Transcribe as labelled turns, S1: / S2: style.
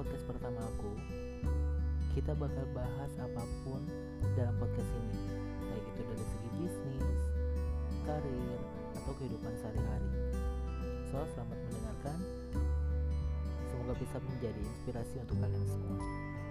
S1: podcast pertama aku. Kita bakal bahas apapun dalam podcast ini, baik itu dari segi bisnis, karir, atau kehidupan sehari-hari. So, selamat mendengarkan. Semoga bisa menjadi inspirasi untuk kalian semua.